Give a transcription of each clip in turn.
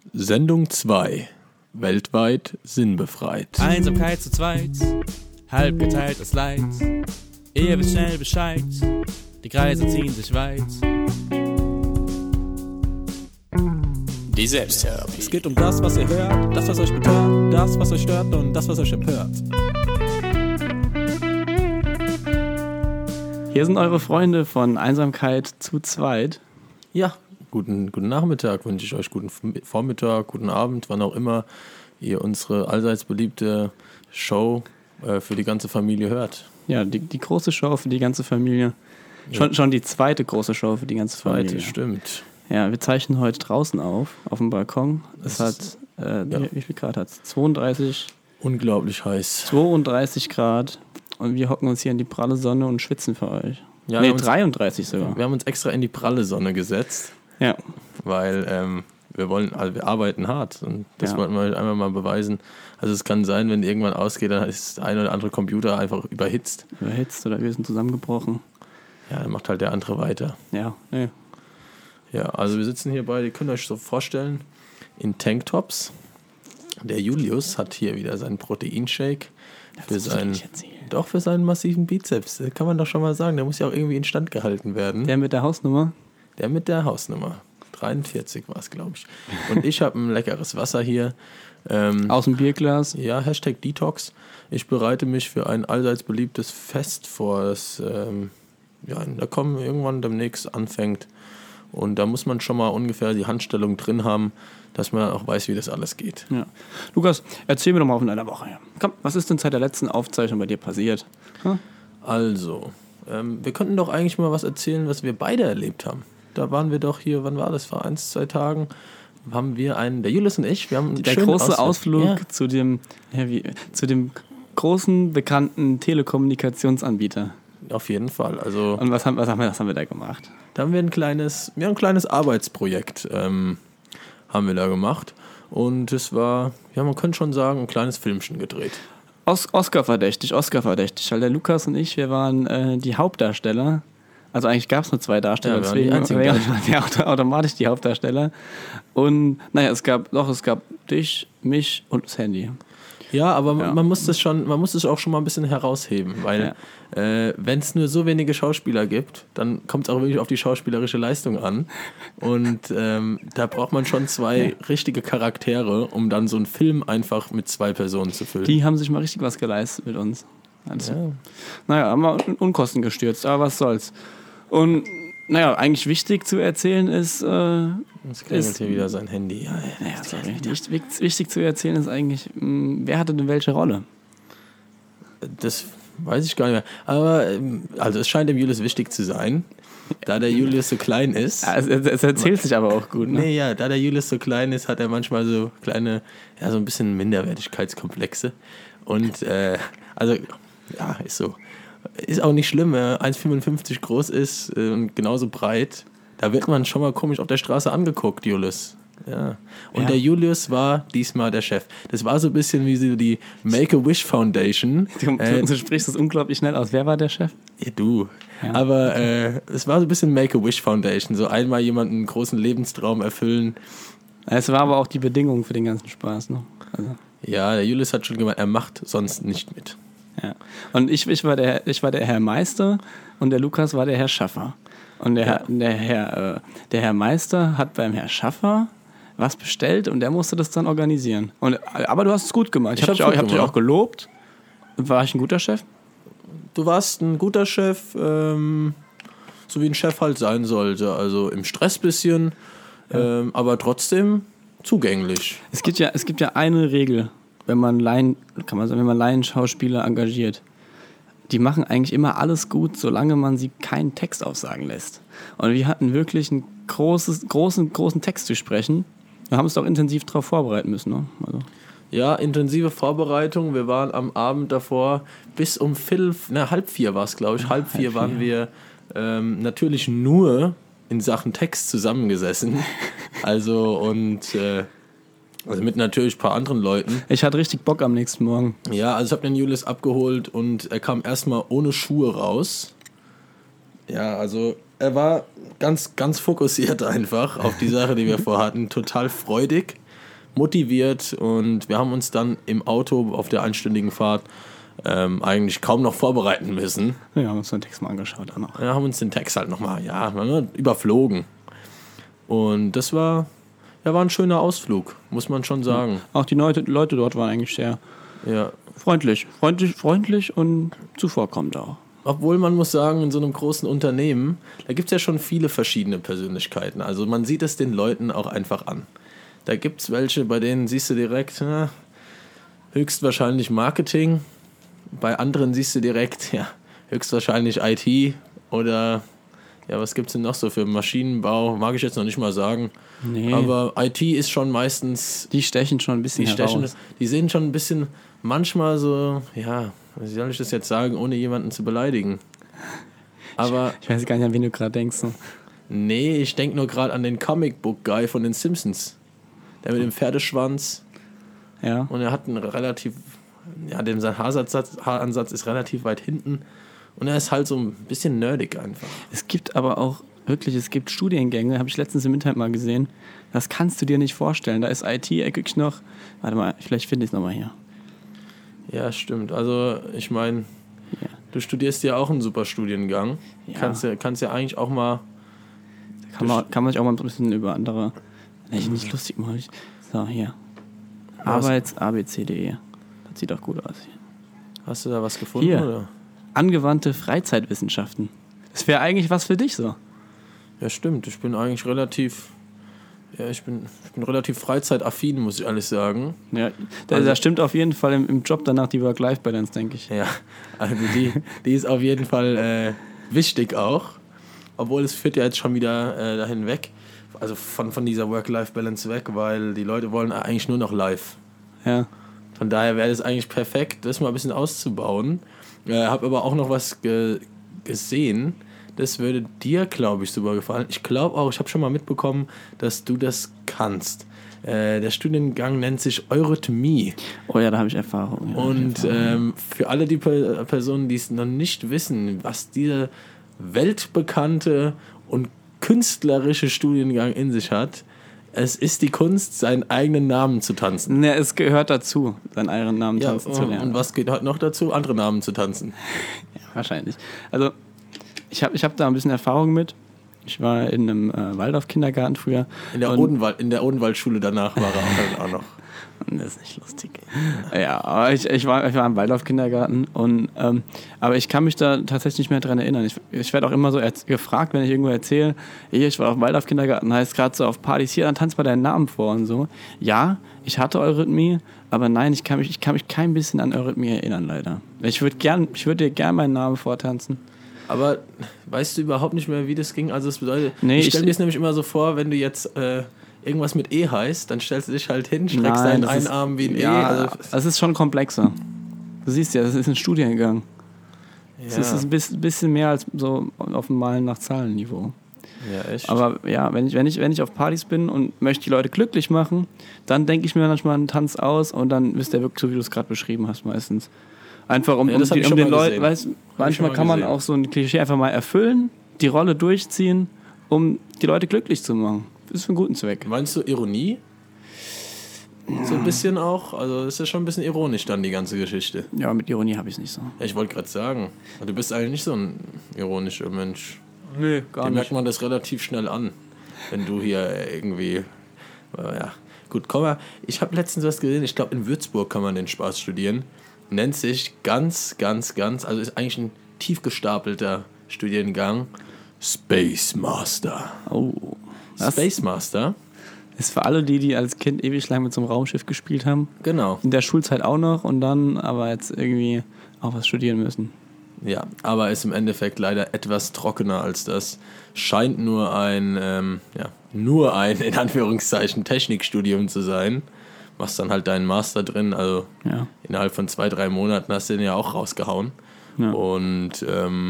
Sendung 2. Weltweit sinnbefreit. Einsamkeit zu zweit, halb geteiltes Leid. Ihr wisst schnell Bescheid, die Kreise ziehen sich weit. Die Selbsttherapie. Es geht um das, was ihr hört, das, was euch betört, das, was euch stört und das, was euch empört. Hier sind eure Freunde von Einsamkeit zu zweit. Ja, guten Nachmittag wünsche ich euch, guten Vormittag, guten Abend, wann auch immer ihr unsere allseits beliebte Show für die ganze Familie hört. Ja, die große Show für die ganze Familie. Schon die zweite große Show für die ganze Familie. Zweite, stimmt. Ja, wir zeichnen heute draußen auf dem Balkon. Es hat, wie viel Grad hat es? 32? Unglaublich heiß. 32 Grad. Und wir hocken uns hier in die pralle Sonne und schwitzen für euch. Ja, 33 sogar. Wir haben uns extra in die pralle Sonne gesetzt. Ja. Weil wir arbeiten hart und das wollten wir einmal mal beweisen. Also es kann sein, wenn irgendwann ausgeht, dann ist der eine oder andere Computer einfach überhitzt. Oder wir sind zusammengebrochen. Ja, dann macht halt der andere weiter. Ja, nee. Ja, also wir sitzen hier beide, ihr könnt euch so vorstellen, in Tanktops. Der Julius hat hier wieder seinen Proteinshake für seinen massiven Bizeps. Das kann man doch schon mal sagen, der muss ja auch irgendwie instand gehalten werden. Der mit der Hausnummer? Der mit der Hausnummer. 43 war es, glaube ich. Und ich habe ein leckeres Wasser hier. Aus dem Bierglas? Ja, #Detox. Ich bereite mich für ein allseits beliebtes Fest vor, das in der Kommen irgendwann demnächst anfängt. Und da muss man schon mal ungefähr die Handstellung drin haben, dass man auch weiß, wie das alles geht. Ja. Lukas, erzähl mir doch mal von deiner Woche. Komm, was ist denn seit der letzten Aufzeichnung bei dir passiert? Also, wir könnten doch eigentlich mal was erzählen, was wir beide erlebt haben. Da waren wir doch hier, wann war das? Vor 1-2 Tagen haben wir der Julius und ich, wir haben einen schönen große Ausflug zu dem großen, bekannten Telekommunikationsanbieter. Auf jeden Fall. Also, und was haben wir da gemacht? Da haben wir ein kleines Arbeitsprojekt haben wir da gemacht. Und es war, ja, man könnte schon sagen, ein kleines Filmchen gedreht. Oscar-verdächtig, weil der Lukas und ich, wir waren die Hauptdarsteller. Also eigentlich gab es nur 2 Darsteller, deswegen waren wir automatisch die Hauptdarsteller. Und es gab dich, mich und das Handy. Ja, aber man muss es auch schon mal ein bisschen herausheben, weil wenn es nur so wenige Schauspieler gibt, dann kommt es auch wirklich auf die schauspielerische Leistung an. Und da braucht man schon 2 richtige Charaktere, um dann so einen Film einfach mit 2 Personen zu füllen. Die haben sich mal richtig was geleistet mit uns. Also, haben wir Unkosten gestürzt, aber was soll's. Und eigentlich wichtig zu erzählen ist... Jetzt klingelt hier wieder sein Handy. Wichtig zu erzählen ist eigentlich, wer hatte denn welche Rolle? Das weiß ich gar nicht mehr. Aber also es scheint dem Julius wichtig zu sein, da der Julius so klein ist. Ja, es erzählt sich aber auch gut, ne? Nee, ja, da der Julius so klein ist, hat er manchmal so kleine, so ein bisschen Minderwertigkeitskomplexe. Und ist so. Ist auch nicht schlimm, wenn er 1,55 groß ist und genauso breit. Da wird man schon mal komisch auf der Straße angeguckt, Julius. Ja. Und der Julius war diesmal der Chef. Das war so ein bisschen wie so die Make-A-Wish Foundation. Du sprichst das unglaublich schnell aus. Wer war der Chef? Ja, du. Ja. Aber es war so ein bisschen Make-A-Wish Foundation. So einmal jemanden einen großen Lebenstraum erfüllen. Es war aber auch die Bedingung für den ganzen Spaß. Ne? Also. Ja, der Julius hat schon gemeint, er macht sonst nicht mit. Ja. Und ich war der Herr Meister und der Lukas war der Herr Schaffer. Und der Herr Meister hat beim Herr Schaffer was bestellt und der musste das dann organisieren. Aber du hast es gut gemacht. Ich hab dich auch gelobt. War ich ein guter Chef? Du warst ein guter Chef, so wie ein Chef halt sein sollte. Also im Stress bisschen, aber trotzdem zugänglich. Es gibt ja eine Regel, wenn man Laienschauspieler engagiert. Die machen eigentlich immer alles gut, solange man sie keinen Text aufsagen lässt. Und wir hatten wirklich einen großen Text zu sprechen. Wir haben uns doch intensiv darauf vorbereiten müssen. Ne? Also. Ja, intensive Vorbereitung. Wir waren am Abend davor bis um 3:30 war es, glaube ich. 3:30 waren wir natürlich nur in Sachen Text zusammengesessen. Also mit natürlich ein paar anderen Leuten. Ich hatte richtig Bock am nächsten Morgen. Ja, also ich habe den Julius abgeholt und er kam erstmal ohne Schuhe raus. Ja, also er war ganz, ganz fokussiert einfach auf die Sache, die wir vorhatten. Total freudig. motiviert und wir haben uns dann im Auto auf der einstündigen Fahrt eigentlich kaum noch vorbereiten müssen. Ja, haben uns den Text mal angeschaut. Auch noch. Ja, haben uns den Text halt nochmal, überflogen. Und das war ein schöner Ausflug, muss man schon sagen. Auch die Leute dort waren eigentlich sehr freundlich und zuvorkommend auch. Obwohl man muss sagen, in so einem großen Unternehmen, da gibt es ja schon viele verschiedene Persönlichkeiten. Also man sieht es den Leuten auch einfach an. Da gibt es welche, bei denen siehst du direkt, höchstwahrscheinlich Marketing. Bei anderen siehst du direkt, höchstwahrscheinlich IT oder, was gibt es denn noch so für Maschinenbau? Mag ich jetzt noch nicht mal sagen. Nee. Aber IT ist schon meistens... Die stechen schon ein bisschen heraus. Die sehen schon ein bisschen, manchmal so, wie soll ich das jetzt sagen, ohne jemanden zu beleidigen? Aber... Ich weiß gar nicht, an wen du gerade denkst. So. Nee, ich denke nur gerade an den Comic-Book-Guy von den Simpsons. Der mit dem Pferdeschwanz. Ja. Und er hat einen relativ... sein Haaransatz ist relativ weit hinten. Und er ist halt so ein bisschen nerdig einfach. Es gibt aber auch wirklich, Studiengänge, habe ich letztens im Internet mal gesehen. Das kannst du dir nicht vorstellen. Da ist IT wirklich noch... Warte mal, vielleicht finde ich es nochmal hier. Ja, stimmt. Also, ich meine, du studierst ja auch einen super Studiengang. Ja. Kannst ja eigentlich auch mal... Kann man sich auch mal ein bisschen über andere... Nicht lustig machen. So, hier. Arbeits-abc.de. Das sieht doch gut aus hier. Hast du da was gefunden? Hier. Oder? Angewandte Freizeitwissenschaften. Das wäre eigentlich was für dich so. Ja, stimmt. Ich bin eigentlich relativ... ich bin relativ freizeitaffin, muss ich ehrlich sagen. Ja, da stimmt auf jeden Fall im Job danach die Work-Life-Balance, denke ich. Ja, also die ist auf jeden Fall wichtig auch. Obwohl es führt ja jetzt schon wieder dahin weg. Also von dieser Work-Life-Balance weg, weil die Leute wollen eigentlich nur noch live. Ja. Von daher wäre es eigentlich perfekt, das mal ein bisschen auszubauen. Habe aber auch noch was gesehen. Das würde dir, glaube ich, super gefallen. Ich glaube auch, ich habe schon mal mitbekommen, dass du das kannst. Der Studiengang nennt sich Eurythmie. Oh ja, da habe ich Erfahrung. Ja, und für alle die Personen, die es noch nicht wissen, was dieser weltbekannte und künstlerische Studiengang in sich hat, es ist die Kunst, seinen eigenen Namen zu tanzen. Ja, es gehört dazu, seinen eigenen Namen tanzen zu lernen. Und was gehört noch dazu? Andere Namen zu tanzen. Ja, wahrscheinlich. Also, ich hab da ein bisschen Erfahrung mit. Ich war in einem Waldorf-Kindergarten früher. In der Odenwaldschule danach war er auch noch. Das ist nicht lustig. Ja, aber ich war im Waldorf-Kindergarten aber ich kann mich da tatsächlich nicht mehr dran erinnern. Ich werde auch immer so gefragt, wenn ich irgendwo erzähle, ich war auf dem Waldorf-Kindergarten, heißt gerade so auf Partys, hier, dann tanzt mal deinen Namen vor und so. Ja, ich hatte Eurythmie, aber nein, ich kann mich kein bisschen an Eurythmie erinnern, leider. Ich würde dir gern meinen Namen vortanzen. Aber weißt du überhaupt nicht mehr, wie das ging? Also das bedeutet, nee, ich stelle mir es nämlich immer so vor, wenn du jetzt irgendwas mit E heißt, dann stellst du dich halt hin, streckst deinen einen Arm wie ein E. Also, das ist schon komplexer. Du siehst ja, das ist ein Studiengang. Ja. Das ist ein bisschen mehr als so auf dem Malen nach Zahlen-Niveau. Ja, echt. Aber ja, wenn ich auf Partys bin und möchte die Leute glücklich machen, dann denke ich mir manchmal einen Tanz aus und dann ist der wirklich so, wie du es gerade beschrieben hast, meistens. Einfach um den Leuten, weißt, manchmal kann man auch so ein Klischee einfach mal erfüllen, die Rolle durchziehen, um die Leute glücklich zu machen. Das ist für einen guten Zweck. Meinst du Ironie? Ja. So ein bisschen auch? Also ist ja schon ein bisschen ironisch dann, die ganze Geschichte. Ja, mit Ironie habe ich es nicht so. Ja, ich wollte gerade sagen, du bist eigentlich nicht so ein ironischer Mensch. Nee, gar nicht. Merkt man das relativ schnell an, wenn du hier irgendwie... Ja, gut, komm mal. Ich habe letztens was gesehen, ich glaube in Würzburg kann man den Spaß studieren. Nennt sich ganz, also ist eigentlich ein tief gestapelter Studiengang, Space Master. Oh. Space Master? Ist für alle die als Kind ewig lang mit so einem Raumschiff gespielt haben. Genau. In der Schulzeit auch noch und dann aber jetzt irgendwie auch was studieren müssen. Ja, aber ist im Endeffekt leider etwas trockener als das. Scheint nur ein in Anführungszeichen Technikstudium zu sein. Machst dann halt deinen Master drin, also innerhalb von 2-3 Monaten hast du den ja auch rausgehauen. Ja. Und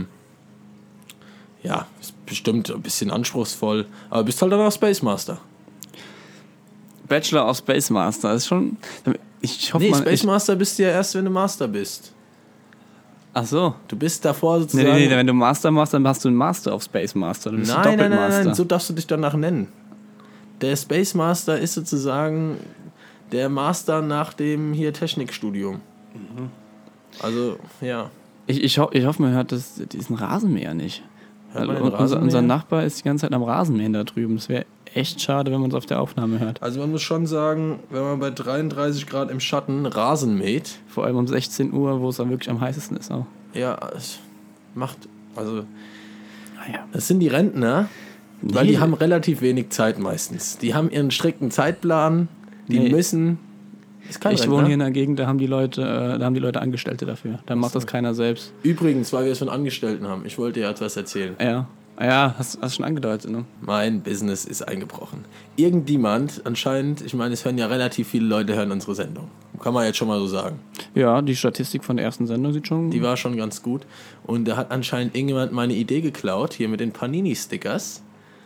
ist bestimmt ein bisschen anspruchsvoll, aber bist halt dann auch Space Master. Bachelor of Space Master ist schon... Space Master bist du ja erst, wenn du Master bist. Ach so. Du bist davor sozusagen... Nee, wenn du Master machst, dann hast du einen Master of Space Master. Du bist ein Doppelmaster. Nein, so darfst du dich danach nennen. Der Space Master ist sozusagen der Master nach dem hier Technikstudium. Also, ja. Ich hoffe, man hört diesen Rasenmäher nicht. Hört man den Unser Rasenmäher? Nachbar ist die ganze Zeit am Rasenmähen da drüben. Das wäre echt schade, wenn man es auf der Aufnahme hört. Also man muss schon sagen, wenn man bei 33 Grad im Schatten Rasen mäht, Vor allem um 16 Uhr, wo es dann wirklich am heißesten ist auch. ja, es macht, also Naja. das sind die Rentner, weil Nee. die haben relativ wenig Zeit meistens. Die haben ihren strikten Zeitplan, die Nee. müssen... Ist kein Ich Rentner. wohne hier in der Gegend, da haben die Leute Angestellte dafür. Da macht das keiner selbst. Übrigens, weil wir es von Angestellten haben, ich wollte dir etwas erzählen. Ja, hast schon angedeutet, ne? Mein Business ist eingebrochen. Irgendjemand, anscheinend, ich meine, es hören ja relativ viele Leute, hören unsere Sendung. Kann man jetzt schon mal so sagen. Ja, die Statistik von der ersten Sendung sieht schon... Die war schon ganz gut. Und da hat anscheinend irgendjemand meine Idee geklaut, hier mit den Panini-Stickers.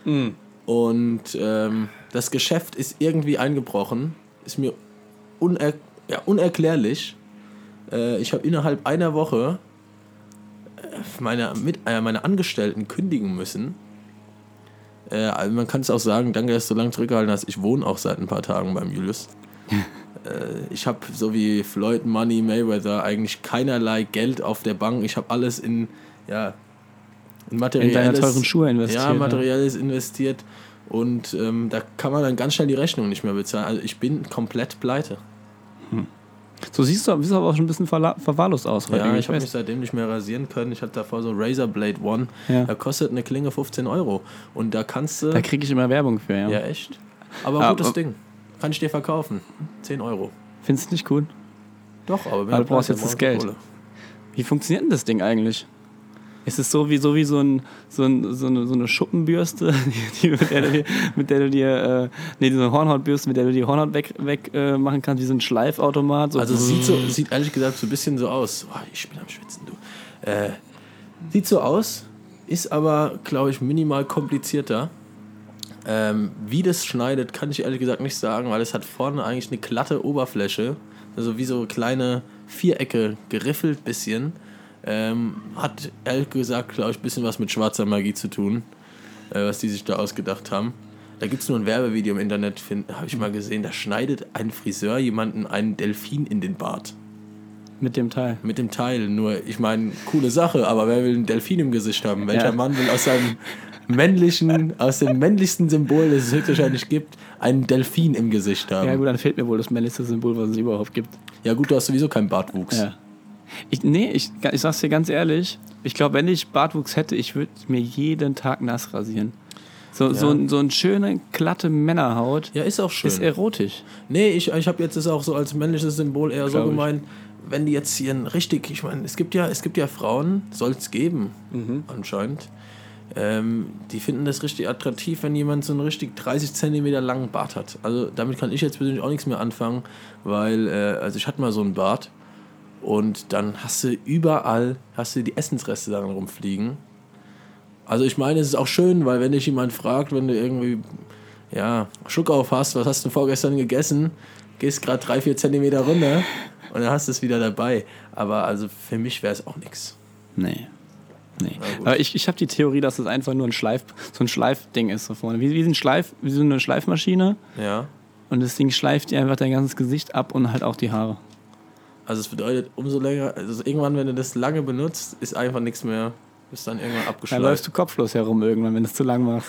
Und das Geschäft ist irgendwie eingebrochen. Ist mir unerklärlich. Ich habe innerhalb einer Woche meine Angestellten kündigen müssen. Also man kann es auch sagen, danke, dass du so lange zurückgehalten hast. Ich wohne auch seit ein paar Tagen beim Julius. Ich habe so wie Floyd Money Mayweather eigentlich keinerlei Geld auf der Bank. Ich habe alles in materielles, In deine teuren Schuhe investiert. ja, materielles investiert. Und da kann man dann ganz schnell die Rechnung nicht mehr bezahlen. Also ich bin komplett pleite. So siehst du aber auch schon ein bisschen verwahrlost aus. Ja, heute, ich habe weiß. mich seitdem nicht mehr rasieren können. Ich hatte davor so Razor Blade One. Ja. Da kostet eine Klinge 15 €. Und da kannst du... Da kriege ich immer Werbung für, ja. ja, echt? Aber gutes Ding. Kann ich dir verkaufen. 10 €. Findest du nicht gut? Doch, aber... Aber du brauchst jetzt das Geld. Wie funktioniert denn das Ding eigentlich? Ist es so wie so eine Schuppenbürste, mit der du dir diese Hornhautbürste, mit der du die Hornhaut weg machen kannst, wie so ein Schleifautomat. So Also es sieht ehrlich gesagt so ein bisschen so aus. Oh, ich bin am Schwitzen, du. Sieht so aus, ist aber, glaube ich, minimal komplizierter. Wie das schneidet, kann ich ehrlich gesagt nicht sagen, weil es hat vorne eigentlich eine glatte Oberfläche. Also wie so kleine Vierecke geriffelt bisschen. Hat ehrlich gesagt, glaube ich, ein bisschen was mit schwarzer Magie zu tun, was die sich da ausgedacht haben. Da gibt es nur ein Werbevideo im Internet, habe ich mal gesehen, da schneidet ein Friseur jemanden einen Delfin in den Bart. mit dem Teil. Mit dem Teil, nur, ich meine, coole Sache, aber wer will einen Delfin im Gesicht haben? Welcher Ja. Mann will aus dem männlichsten Symbol, das es höchstwahrscheinlich gibt, einen Delfin im Gesicht haben? Ja gut, dann fehlt mir wohl das männlichste Symbol, was es überhaupt gibt. Ja gut, du hast sowieso keinen Bartwuchs. Ja. Ich sag's dir ganz ehrlich, ich glaube, wenn ich Bartwuchs hätte, ich würde mir jeden Tag nass rasieren. So eine schöne, glatte Männerhaut Ja, ist auch schön. ist erotisch. Nee, ich habe jetzt das auch so als männliches Symbol eher so Glaub ich. gemeint, wenn die jetzt hier ich meine, es gibt ja Frauen, soll es geben, anscheinend, die finden das richtig attraktiv, wenn jemand so einen richtig 30 Zentimeter langen Bart hat. Also damit kann ich jetzt persönlich auch nichts mehr anfangen, weil, also ich hatte mal so einen Bart und dann hast du überall die Essensreste daran rumfliegen. Also ich meine, es ist auch schön, weil wenn dich jemand fragt, wenn du irgendwie Schluck auf hast, was hast du vorgestern gegessen, gehst gerade 3-4 Zentimeter runter und dann hast du es wieder dabei. Aber also für mich wäre es auch nichts. Nee. gut. Aber ich habe die Theorie, dass es einfach nur so ein Schleifding ist so vorne. Wie so eine Schleifmaschine. Ja. Und das Ding schleift dir einfach dein ganzes Gesicht ab und halt auch die Haare. Also es bedeutet, umso länger, also irgendwann, wenn du das lange benutzt, ist einfach nichts mehr, ist dann irgendwann Da abgeschleift. läufst du kopflos herum irgendwann, wenn du es zu lang machst.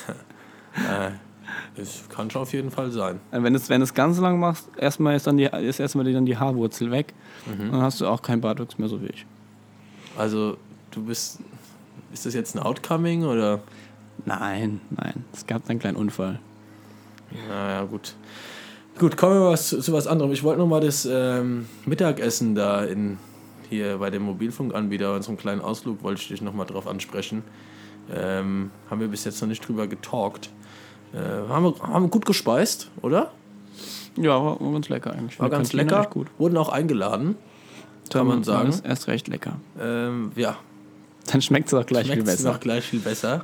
Das kann schon auf jeden Fall sein. Wenn du es ganz lang machst, ist erstmal die Haarwurzel weg. Und dann hast du auch keinen Bartwuchs mehr, so wie ich. Also ist das jetzt ein Outcoming oder? Nein. Es gab einen kleinen Unfall. Naja, gut. Gut, kommen wir zu was anderem. Ich wollte nochmal das Mittagessen da hier bei dem Mobilfunkanbieter, unserem kleinen Ausflug, wollte ich dich nochmal drauf ansprechen. Haben wir bis jetzt noch nicht drüber getalkt. Haben wir gut gespeist, oder? Ja, war ganz lecker eigentlich. War In der ganz Kantine lecker. echt gut. Wurden auch eingeladen, kann man sagen. Ist erst recht lecker. Ja, Dann schmeckt es auch gleich viel schmeckt's besser. noch gleich viel besser.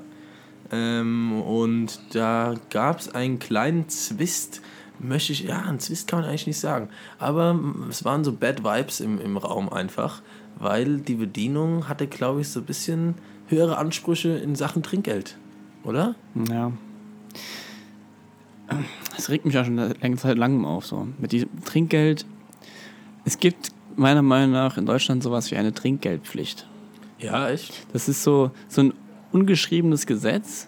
Und da gab es einen kleinen Zwist. Einen Zwist kann man eigentlich nicht sagen. Aber es waren so Bad Vibes im Raum einfach, weil die Bedienung hatte, glaube ich, so ein bisschen höhere Ansprüche in Sachen Trinkgeld. Oder? Ja. das regt mich ja schon seit langem auf. So. Mit diesem Trinkgeld. Es gibt meiner Meinung nach in Deutschland sowas wie eine Trinkgeldpflicht. Ja, echt? Das ist so ein ungeschriebenes Gesetz.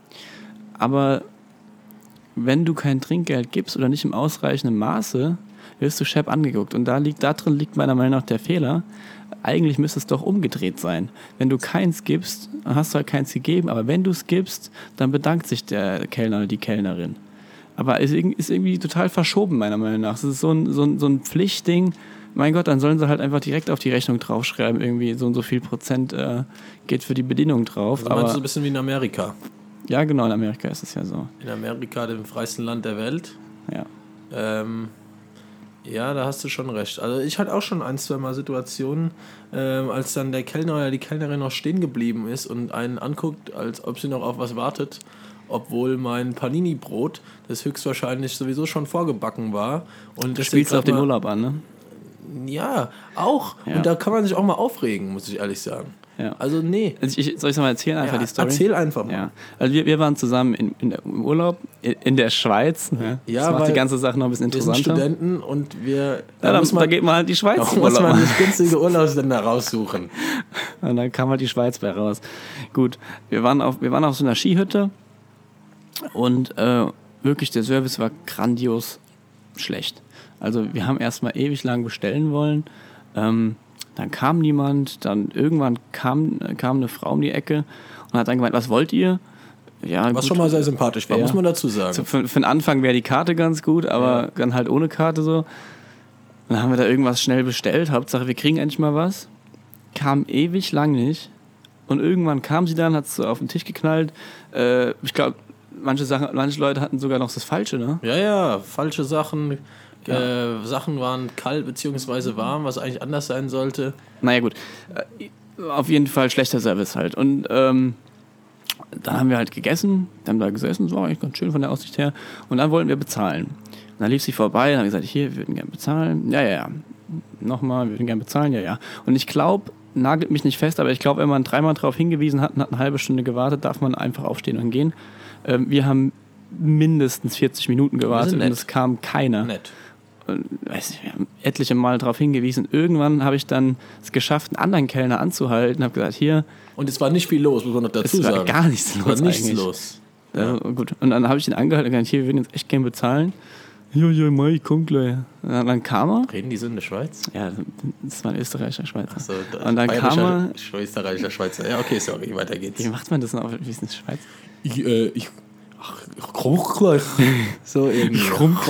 Aber wenn du kein Trinkgeld gibst oder nicht im ausreichenden Maße, wirst du schepp angeguckt. Und darin liegt meiner Meinung nach der Fehler. Eigentlich müsste es doch umgedreht sein. Wenn du keins gibst, dann hast du halt keins gegeben. Aber wenn du es gibst, dann bedankt sich der Kellner oder die Kellnerin. Aber ist irgendwie total verschoben, meiner Meinung nach. Es ist so ein Pflichtding. Mein Gott, dann sollen sie halt einfach direkt auf die Rechnung draufschreiben. Irgendwie so und so viel Prozent geht für die Bedienung drauf. Also meinst du so ein bisschen wie in Amerika? Ja, genau, in Amerika ist es ja so. In Amerika, dem freiesten Land der Welt. Ja. Ja, da hast du schon recht. Also ich hatte auch schon 1-2 Mal Situationen, als dann der Kellner oder die Kellnerin noch stehen geblieben ist und einen anguckt, als ob sie noch auf was wartet, obwohl mein Panini-Brot, das höchstwahrscheinlich sowieso schon vorgebacken war. Und Du spielst auf den Urlaub an, ne? Ja, auch. Ja. Und da kann man sich auch mal aufregen, muss ich ehrlich sagen. Ja. Also nee. Also soll ich es mal erzählen, einfach die Story? Erzähl einfach mal. Ja. Also wir waren zusammen im Urlaub in der Schweiz. Ja. Ja, das macht die weil ganze Sache noch ein bisschen Wir sind interessanter. Studenten und wir... Da geht man halt die Schweiz Da im muss Urlaub man machen. sich günstige Urlaubsländer raussuchen. Und dann kam halt die Schweiz bei raus. Gut, wir waren auf so einer Skihütte und wirklich der Service war grandios schlecht. Also wir haben erstmal ewig lang bestellen wollen. Dann kam niemand, dann irgendwann kam eine Frau um die Ecke und hat dann gemeint, was wollt ihr? Ja, Was gut. schon mal sehr sympathisch war, Ja. muss man dazu sagen. Für den Anfang wäre die Karte ganz gut, aber dann halt ohne Karte so. Dann haben wir da irgendwas schnell bestellt. Hauptsache, wir kriegen endlich mal was. Kam ewig lang nicht. Und irgendwann kam sie dann, hat es so auf den Tisch geknallt. Ich glaube, manche Leute hatten sogar noch das Falsche, ne? Ja, falsche Sachen. Sachen waren kalt bzw. warm, was eigentlich anders sein sollte. Naja, gut. Auf jeden Fall schlechter Service halt. Und dann haben wir halt gegessen, haben da gesessen, das war eigentlich ganz schön von der Aussicht her. Und dann wollten wir bezahlen. Und dann lief sie vorbei, dann haben wir gesagt, hier, wir würden gerne bezahlen. Ja. Nochmal, wir würden gerne bezahlen, ja. Und ich glaube, nagelt mich nicht fest, aber ich glaube, wenn man 3-mal darauf hingewiesen hat und hat eine halbe Stunde gewartet, darf man einfach aufstehen und gehen. Wir haben mindestens 40 Minuten gewartet und es kam keiner. Nett. Weiß nicht, wir haben etliche Mal darauf hingewiesen. Irgendwann habe ich dann es geschafft, einen anderen Kellner anzuhalten, habe gesagt, hier. Und es war nicht viel los, muss man noch dazu Es war sagen. gar nichts Es los war nichts eigentlich. los. Ja. Gut. Und dann habe ich ihn angehalten und gesagt, hier, wir würden jetzt echt gerne bezahlen. Ja, Mai, komm gleich. Und dann kam er. Reden die so in der Schweiz? Ja, das war ein Österreicher Schweizer. So, und dann kam er. Österreicher, Schweizer. Ja, okay, sorry, weiter geht's. Wie macht man das noch? Wie ist das in der Schweiz? Ich komm gleich. So irgendwie.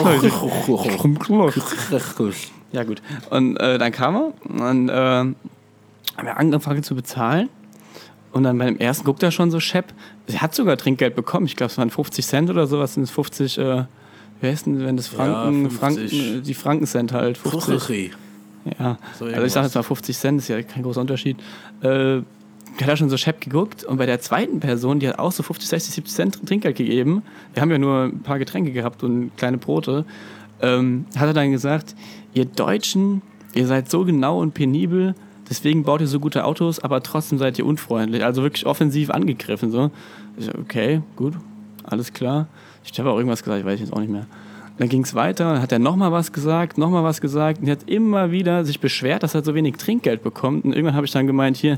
Ja, gut. Und dann kam er und haben wir angefangen zu bezahlen. Und dann bei dem ersten guckt er schon so schepp. Er hat sogar Trinkgeld bekommen. Ich glaube, es waren 50 Cent oder sowas. Sind es 50, wie heißt denn, wenn das die Franken-Cent halt. 50. Ja, So also ich sage jetzt mal 50 Cent, ist ja kein großer Unterschied. Der hat da schon so schepp geguckt. Und bei der zweiten Person, die hat auch so 50, 60, 70 Cent Trinkgeld gegeben. Wir haben ja nur ein paar Getränke gehabt und kleine Brote. Hat er dann gesagt, ihr Deutschen, ihr seid so genau und penibel, deswegen baut ihr so gute Autos, aber trotzdem seid ihr unfreundlich. Also wirklich offensiv angegriffen. So. Ich so, okay, gut, alles klar. Ich habe auch irgendwas gesagt, ich weiß jetzt auch nicht mehr. Dann ging es weiter, dann hat er nochmal was gesagt und er hat immer wieder sich beschwert, dass er so wenig Trinkgeld bekommt. Und irgendwann habe ich dann gemeint, hier,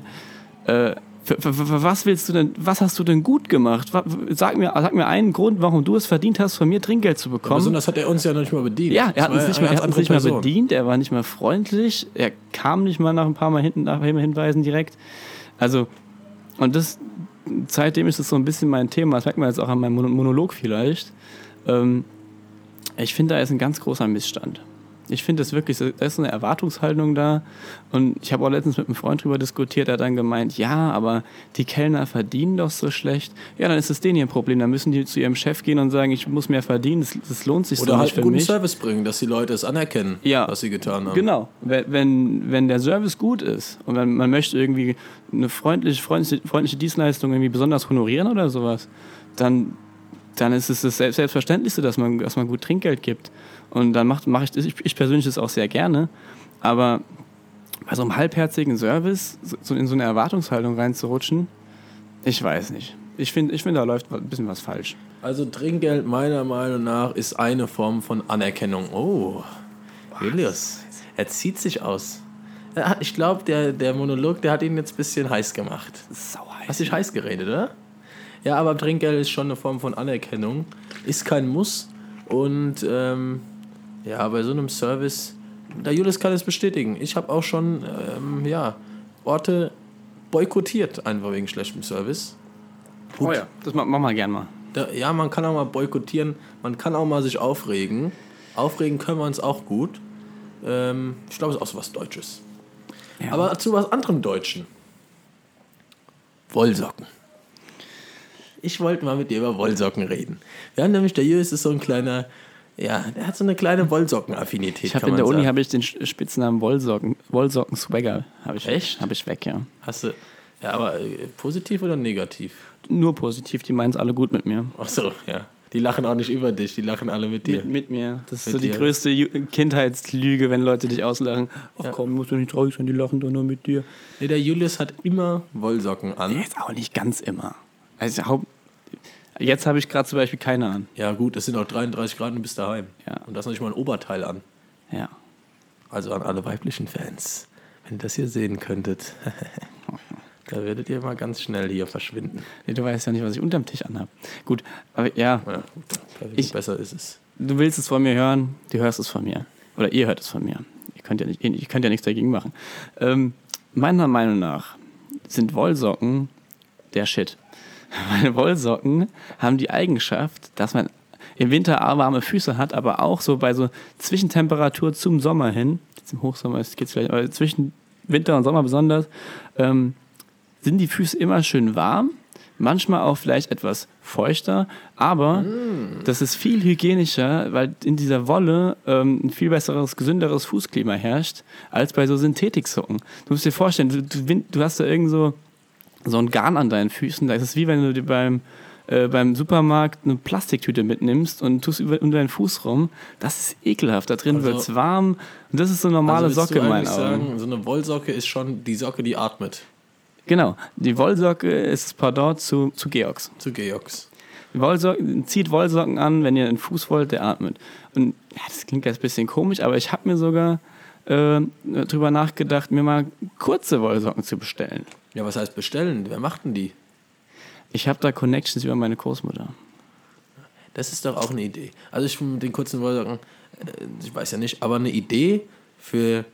was willst du denn, was hast du denn gut gemacht? Sag mir einen Grund, warum du es verdient hast, von mir Trinkgeld zu bekommen. Besonders hat er uns ja noch nicht mal bedient. Ja, er hat uns nicht mal Person. bedient, er war nicht mal freundlich, er kam nicht mal nach ein paar Mal hinweisen direkt. Also, und seitdem ist das so ein bisschen mein Thema, das merkt man jetzt auch an meinem Monolog vielleicht. Ich finde, da ist ein ganz großer Missstand. Ich finde das wirklich, da ist eine Erwartungshaltung da. Und ich habe auch letztens mit einem Freund drüber diskutiert, der hat dann gemeint, ja, aber die Kellner verdienen doch so schlecht. Ja, dann ist es denen ihr Problem. Dann müssen die zu ihrem Chef gehen und sagen, ich muss mehr verdienen, das lohnt sich so Oder nicht halt für einen guten mich. Service bringen, dass die Leute es anerkennen, was sie getan haben. Genau. Wenn der Service gut ist und wenn man möchte irgendwie eine freundliche Dienstleistung irgendwie besonders honorieren oder sowas, dann ist es das Selbstverständlichste, dass man gut Trinkgeld gibt. Und dann mache ich persönlich das auch sehr gerne. Aber bei so einem halbherzigen Service so in so eine Erwartungshaltung reinzurutschen, ich weiß nicht. Ich finde, da läuft ein bisschen was falsch. Also Trinkgeld meiner Meinung nach ist eine Form von Anerkennung. Oh, Julius, er zieht sich aus. Ich glaube, der Monolog, der hat ihn jetzt ein bisschen heiß gemacht. Sauer. Hast dich heiß geredet, oder? Ja, aber Trinkgeld ist schon eine Form von Anerkennung. Ist kein Muss. Und bei so einem Service, der Julius kann es bestätigen. Ich habe auch schon Orte boykottiert, einfach wegen schlechtem Service. Gut. Oh ja, das machen wir gern mal. Man kann auch mal boykottieren, man kann auch mal sich aufregen. Aufregen können wir uns auch gut. Ich glaube, es ist auch so was Deutsches. Ja. Aber zu was anderem Deutschen. Wollsocken. Ich wollte mal mit dir über Wollsocken reden. Wir haben nämlich, der Julius ist so ein kleiner, der hat so eine kleine Wollsocken-Affinität. Ich habe in der Uni den Spitznamen Wollsocken-Swagger. Echt? Habe ich weg, ja. Hast du, aber positiv oder negativ? Nur positiv, die meinen es alle gut mit mir. Ach so, ja. Die lachen auch nicht über dich, die lachen alle mit dir. Mit mir. Das ist so die größte Kindheitslüge, wenn Leute dich auslachen. Ach komm, musst du nicht traurig sein, die lachen doch nur mit dir. Nee, der Julius hat immer Wollsocken an. Jetzt auch nicht ganz immer. Also jetzt habe ich gerade zum Beispiel keine an. Ja gut, es sind auch 33 Grad und du bist daheim. Ja. Und da ist noch nicht mal ein Oberteil an. Ja. Also an alle weiblichen Fans, wenn ihr das hier sehen könntet, da würdet ihr mal ganz schnell hier verschwinden. Nee, du weißt ja nicht, was ich unterm Tisch anhabe. Gut, aber ja. Gut, besser ist es. Du willst es von mir hören, du hörst es von mir. Oder ihr hört es von mir. Ihr könnt ja nichts dagegen machen. Meiner Meinung nach sind Wollsocken der Shit. Weil Wollsocken haben die Eigenschaft, dass man im Winter warme Füße hat, aber auch so bei so Zwischentemperatur zum Sommer hin, jetzt im Hochsommer geht es vielleicht, aber zwischen Winter und Sommer besonders, sind die Füße immer schön warm, manchmal auch vielleicht etwas feuchter, aber das ist viel hygienischer, weil in dieser Wolle ein viel besseres, gesünderes Fußklima herrscht, als bei so Synthetiksocken. Du musst dir vorstellen, du hast da irgend so ein Garn an deinen Füßen, da ist es wie wenn du dir beim Supermarkt eine Plastiktüte mitnimmst und tust unter deinen Fuß rum. Das ist ekelhaft, da drin wird es warm und das ist so eine normale Socke in meinen Augen. Sagen, so eine Wollsocke ist schon die Socke, die atmet. Genau, die Wollsocke ist das Pendant zu Georgs. Zu Georgs. Zieht Wollsocken an, wenn ihr einen Fuß wollt, der atmet. Und ja, das klingt jetzt ein bisschen komisch, aber ich habe mir sogar drüber nachgedacht, mir mal kurze Wollsocken zu bestellen. Ja, was heißt bestellen? Wer macht denn die? Ich habe da Connections über meine Großmutter. Das ist doch auch eine Idee. Also ich mit den kurzen Wollsocken, ich weiß ja nicht, aber eine Idee für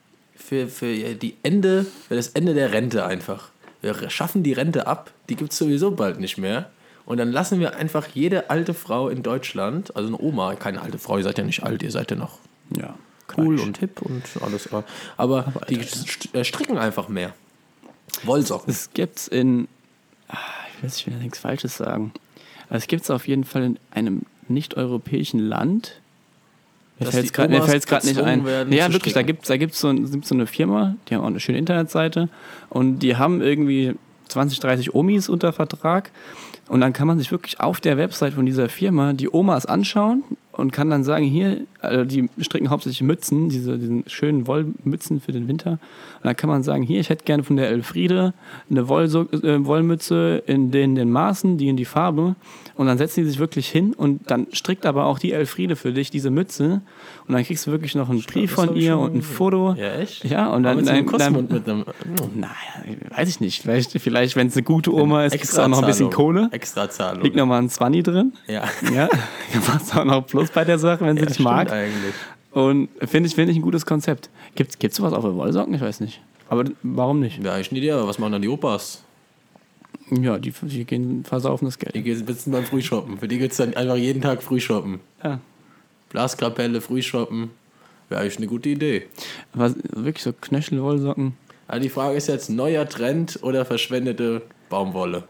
das Ende der Rente einfach. Wir schaffen die Rente ab, die gibt es sowieso bald nicht mehr. Und dann lassen wir einfach jede alte Frau in Deutschland, also eine Oma, keine alte Frau, ihr seid ja nicht alt, ihr seid ja noch cool und hip und alles. Aber die stricken einfach mehr. Wollsocken. Es gibt's ich will ja nichts Falsches sagen, aber es gibt es auf jeden Fall in einem nicht-europäischen Land. Mir fällt es gerade nicht ein. Ja, wirklich, da gibt's so eine Firma, die haben auch eine schöne Internetseite und die haben irgendwie 20, 30 Omis unter Vertrag und dann kann man sich wirklich auf der Website von dieser Firma die Omas anschauen und kann dann sagen, hier, also die stricken hauptsächlich Mützen, diesen schönen Wollmützen für den Winter. Und dann kann man sagen, hier, ich hätte gerne von der Elfriede eine Wollmütze in den Maßen, die in die Farbe. Und dann setzen die sich wirklich hin und dann strickt aber auch die Elfriede für dich diese Mütze. Und dann kriegst du wirklich noch einen Brief von ihr und ein Foto. Ja, echt? Ja, und dann... Naja, weiß ich nicht. Vielleicht wenn es eine gute Oma ist, kriegst du auch noch ein bisschen Kohle. Extrazahlung. Liegt nochmal ein 20 drin. Ja. Du machst auch noch Plus bei der Sache, wenn sie dich mag. Eigentlich. Und finde ich ein gutes Konzept. Gibt's sowas auf der Wollsocken? Ich weiß nicht. Aber warum nicht? Ja, eigentlich eine Idee, aber was machen dann die Opas? Ja, die gehen versaufen das Geld. Die sitzen beim Frühshoppen. Für die gibt es dann einfach jeden Tag Frühshoppen. Ja. Blaskapelle, Frühshoppen. Wäre eigentlich eine gute Idee. Aber wirklich so Knöchelwollsocken? Also die Frage ist jetzt, neuer Trend oder verschwendete Baumwolle?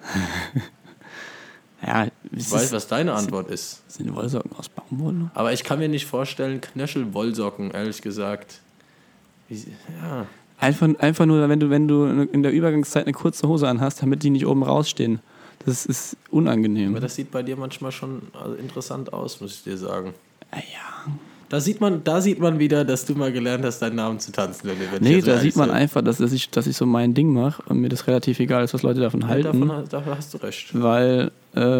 Ja, ich weiß, was deine Antwort ist. Sind Wollsocken aus Baumwolle? Aber ich kann mir nicht vorstellen, Knöchelwollsocken, ehrlich gesagt. Ja. Einfach nur, wenn du in der Übergangszeit eine kurze Hose anhast, damit die nicht oben rausstehen. Das ist unangenehm. Aber das sieht bei dir manchmal schon interessant aus, muss ich dir sagen. Ja. Da sieht man wieder, dass du mal gelernt hast, deinen Namen zu tanzen. Nee, da sieht man einfach, dass ich so mein Ding mache und mir das relativ egal ist, was Leute davon halten. Davon hast du recht. Weil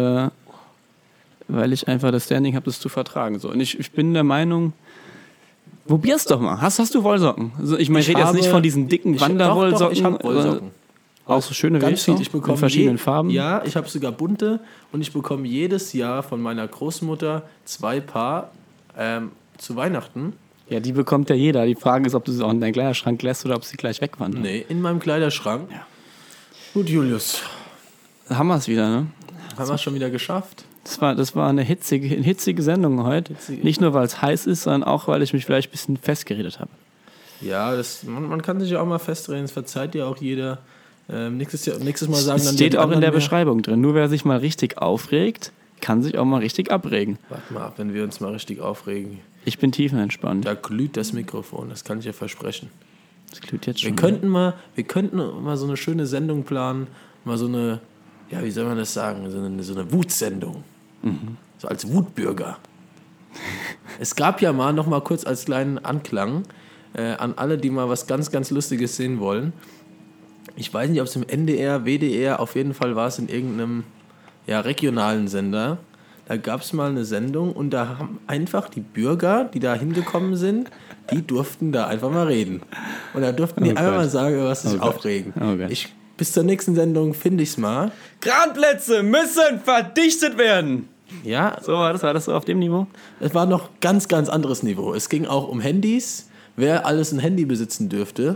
ich einfach das Standing habe, das zu vertragen. So. Und ich bin der Meinung, probier's doch mal. Hast du Wollsocken? Also ich meine, ich rede jetzt nicht von diesen dicken Wanderwollsocken. Ich habe Wollsocken. Auch so schöne Ganz viel. Ich bekomme in verschiedenen Farben. Ja, ich habe sogar bunte und ich bekomme jedes Jahr von meiner Großmutter 2 Paar zu Weihnachten. Ja, die bekommt ja jeder. Die Frage ist, ob du sie auch in deinen Kleiderschrank lässt oder ob sie gleich wegwandern. Nee, in meinem Kleiderschrank. Ja. Gut, Julius. Haben wir es wieder, ne? Haben wir es schon wieder geschafft. Das war eine hitzige Sendung heute. Nicht nur, weil es heiß ist, sondern auch, weil ich mich vielleicht ein bisschen festgeredet habe. Ja, man kann sich ja auch mal festdrehen. Das verzeiht ja auch jeder. Nächstes Mal sagen dann. Es steht auch in der Beschreibung drin. Nur wer sich mal richtig aufregt, kann sich auch mal richtig abregen. Warte mal ab, wenn wir uns mal richtig aufregen. Ich bin tiefenentspannt. Da glüht das Mikrofon, das kann ich ja versprechen. Das glüht jetzt schon. Wir könnten mal so eine schöne Sendung planen. Mal so eine, ja, wie soll man das sagen? So eine Wutsendung. Mhm. So als Wutbürger. Es gab ja mal, noch mal kurz als kleinen Anklang, an alle, die mal was ganz, ganz Lustiges sehen wollen. Ich weiß nicht, ob es im NDR, WDR, auf jeden Fall war es in irgendeinem regionalen Sender. Da gab es mal eine Sendung und da haben einfach die Bürger, die da hingekommen sind, die durften da einfach mal reden. Und da durften die einfach mal sagen, was sich aufregen. Bis zur nächsten Sendung finde ich es mal. Kranplätze müssen verdichtet werden! Ja. So war das so auf dem Niveau? Es war noch ganz, ganz anderes Niveau. Es ging auch um Handys, wer alles ein Handy besitzen dürfte.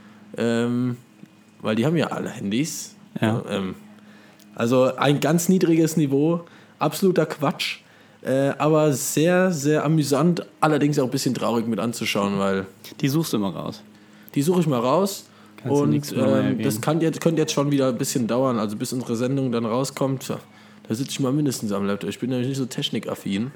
Weil die haben ja alle Handys. Ja. Also ein ganz niedriges Niveau, absoluter Quatsch, aber sehr, sehr amüsant, allerdings auch ein bisschen traurig mit anzuschauen, weil... Die suchst du mal raus. Die suche ich mal raus. Kannst und das könnte jetzt schon wieder ein bisschen dauern, also bis unsere Sendung dann rauskommt, da sitze ich mal mindestens am Laptop. Ich bin nämlich nicht so technikaffin.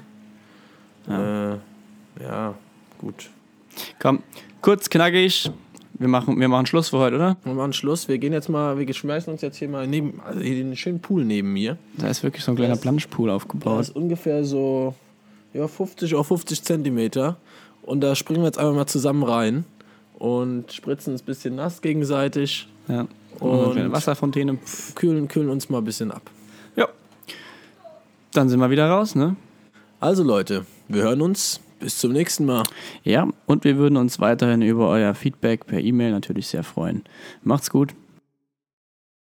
Ja, gut. Komm, kurz, knackig. Wir machen Schluss für heute, oder? Wir machen Schluss. Wir schmeißen uns jetzt hier mal in den schönen Pool neben mir. Da ist wirklich so ein kleiner Planschpool aufgebaut. Das ist ungefähr so 50 auf 50 Zentimeter. Und da springen wir jetzt einfach mal zusammen rein und spritzen uns ein bisschen nass gegenseitig. Ja. Und eine Wasserfontäne. Kühlen uns mal ein bisschen ab. Ja. Dann sind wir wieder raus, ne? Also Leute, wir hören uns. Bis zum nächsten Mal. Ja, und wir würden uns weiterhin über euer Feedback per E-Mail natürlich sehr freuen. Macht's gut.